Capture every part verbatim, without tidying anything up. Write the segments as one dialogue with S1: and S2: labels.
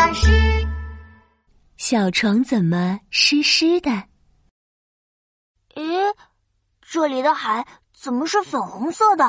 S1: 老师，
S2: 小床怎么湿湿的？
S3: 咦，这里的海怎么是粉红色的？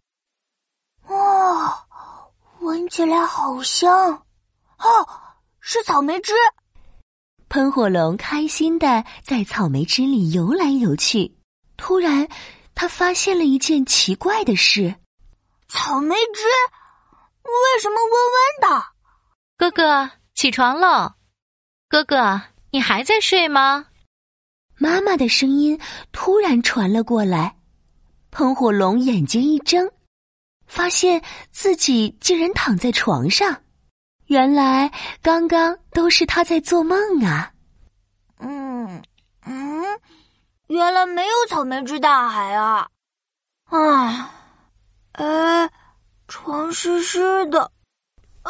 S3: 哇，闻起来好香！哦，是草莓汁。
S2: 喷火龙开心地在草莓汁里游来游去，突然他发现了一件奇怪的事。
S3: 草莓汁为什么温温的？
S1: 哥哥，起床了。哥哥，你还在睡吗？
S2: 妈妈的声音突然传了过来。喷火龙眼睛一睁，发现自己竟然躺在床上。原来刚刚都是他在做梦啊。
S3: 嗯嗯，原来没有草莓汁大海啊。啊，哎，床湿湿的。啊！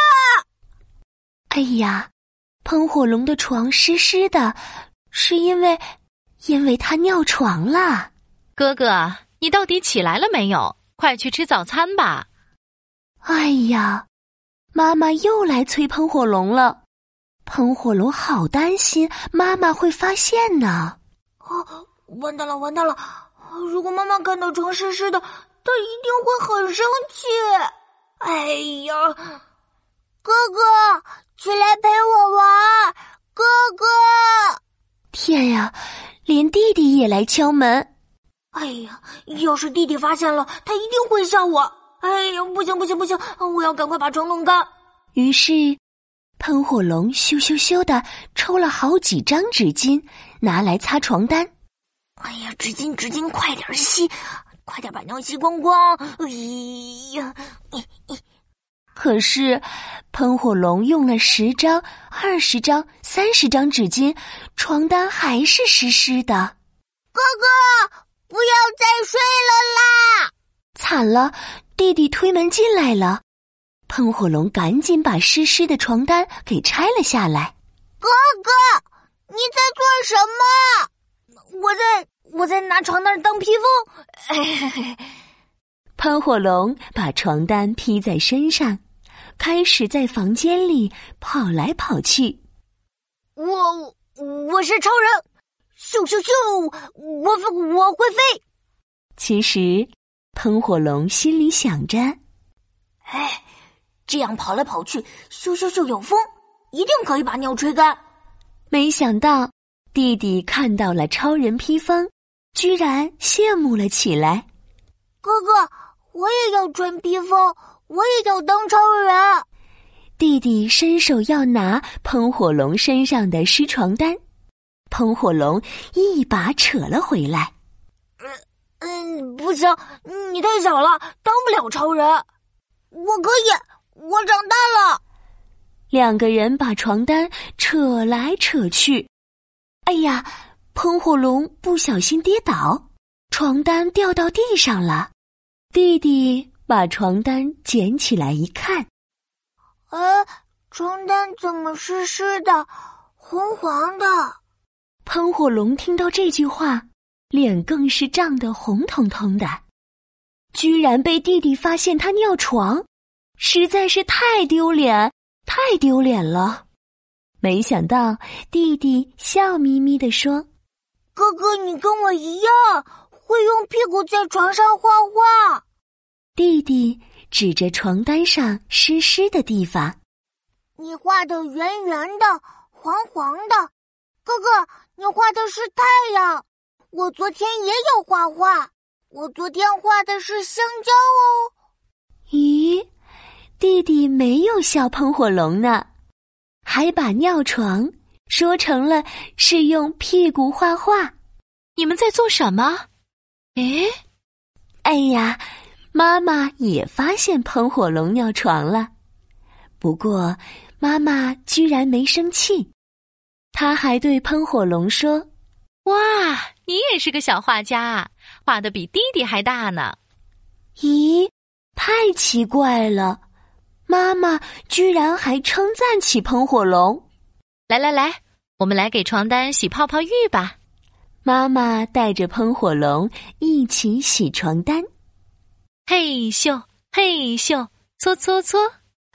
S2: 哎呀，喷火龙的床湿湿的，是因为因为他尿床了。
S1: 哥哥，你到底起来了没有？快去吃早餐吧。
S2: 哎呀，妈妈又来催喷火龙了。喷火龙好担心妈妈会发现呢。
S3: 哦，完蛋了完蛋了，如果妈妈看到床湿湿的，她一定会很生气。哎呀，哥哥，起来陪我玩，哥哥！
S2: 天呀，连弟弟也来敲门。
S3: 哎呀，要是弟弟发现了，他一定会笑我。哎呀，不行不行不行，我要赶快把床弄干。
S2: 于是喷火龙咻咻咻地抽了好几张纸巾，拿来擦床单。
S3: 哎呀，纸巾纸巾，快点吸，快点把尿吸光光。哎呀，咦咦
S2: 可是喷火龙用了十张、二十张、三十张纸巾，床单还是湿湿的。
S3: 哥哥，不要再睡了啦！
S2: 惨了，弟弟推门进来了。喷火龙赶紧把湿湿的床单给拆了下来。
S3: 哥哥，你在做什么？我在我在拿床单当披风。
S2: 喷火龙把床单披在身上，开始在房间里跑来跑去。
S3: 我我是超人，咻咻咻，我我会飞。
S2: 其实喷火龙心里想着，
S3: 哎，这样跑来跑去，咻咻咻有风，一定可以把尿吹干。
S2: 没想到弟弟看到了超人披风，居然羡慕了起来。
S3: 哥哥，我也要穿披风，我也要当超人。
S2: 弟弟伸手要拿喷火龙身上的湿床单，喷火龙一把扯了回来。
S3: 嗯，不行，你太小了，当不了超人。我可以，我长大了。
S2: 两个人把床单扯来扯去。哎呀，喷火龙不小心跌倒，床单掉到地上了。弟弟把床单捡起来一看，
S3: 哎，床单怎么湿湿的，黄黄的？
S2: 喷火龙听到这句话，脸更是涨得红彤彤的。居然被弟弟发现他尿床，实在是太丢脸，太丢脸了。没想到弟弟笑眯眯地说：
S3: 哥哥，你跟我一样，会用屁股在床上画画。
S2: 弟弟指着床单上湿湿的地方：
S3: 你画的圆圆的，黄黄的。哥哥，你画的是太阳。我昨天也有画画，我昨天画的是香蕉哦。
S2: 咦，弟弟没有笑喷火龙呢，还把尿床说成了是用屁股画画。
S1: 你们在做什么？诶，
S2: 哎呀，妈妈也发现喷火龙尿床了。不过妈妈居然没生气，她还对喷火龙说：
S1: 哇，你也是个小画家啊，画得比弟弟还大呢。
S2: 咦，太奇怪了，妈妈居然还称赞起喷火龙。
S1: 来来来，我们来给床单洗泡泡浴吧。
S2: 妈妈带着喷火龙一起洗床单。
S1: 嘿咻嘿咻，搓搓搓。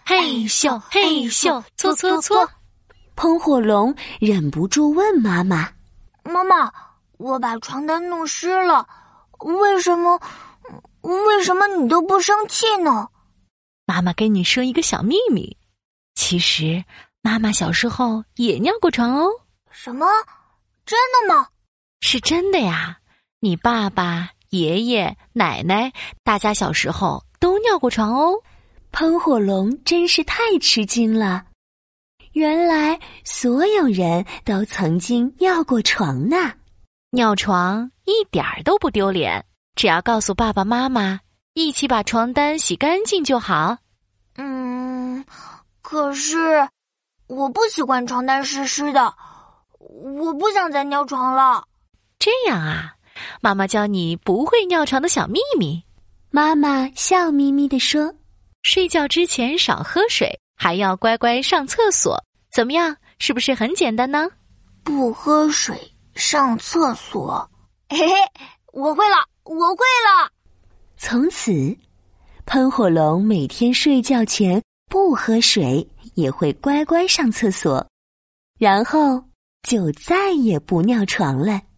S1: 嘿咻嘿咻，搓搓搓。
S2: 喷火龙忍不住问妈妈：“
S3: 妈妈，我把床单弄湿了，为什么？为什么你都不生气呢？”
S1: 妈妈跟你说一个小秘密，其实妈妈小时候也尿过床哦。
S3: 什么？真的吗？
S1: 是真的呀，你爸爸、爷爷、奶奶，大家小时候都尿过床哦。
S2: 喷火龙真是太吃惊了，原来所有人都曾经尿过床呢。
S1: 尿床一点儿都不丢脸，只要告诉爸爸妈妈，一起把床单洗干净就好。
S3: 嗯，可是我不喜欢床单湿湿的，我不想再尿床了。
S1: 这样啊，妈妈教你不会尿床的小秘密。
S2: 妈妈笑眯眯地说：“
S1: 睡觉之前少喝水，还要乖乖上厕所，怎么样？是不是很简单呢？”
S3: 不喝水，上厕所，嘿嘿，我会了，我会了。
S2: 从此，喷火龙每天睡觉前不喝水，也会乖乖上厕所，然后就再也不尿床了。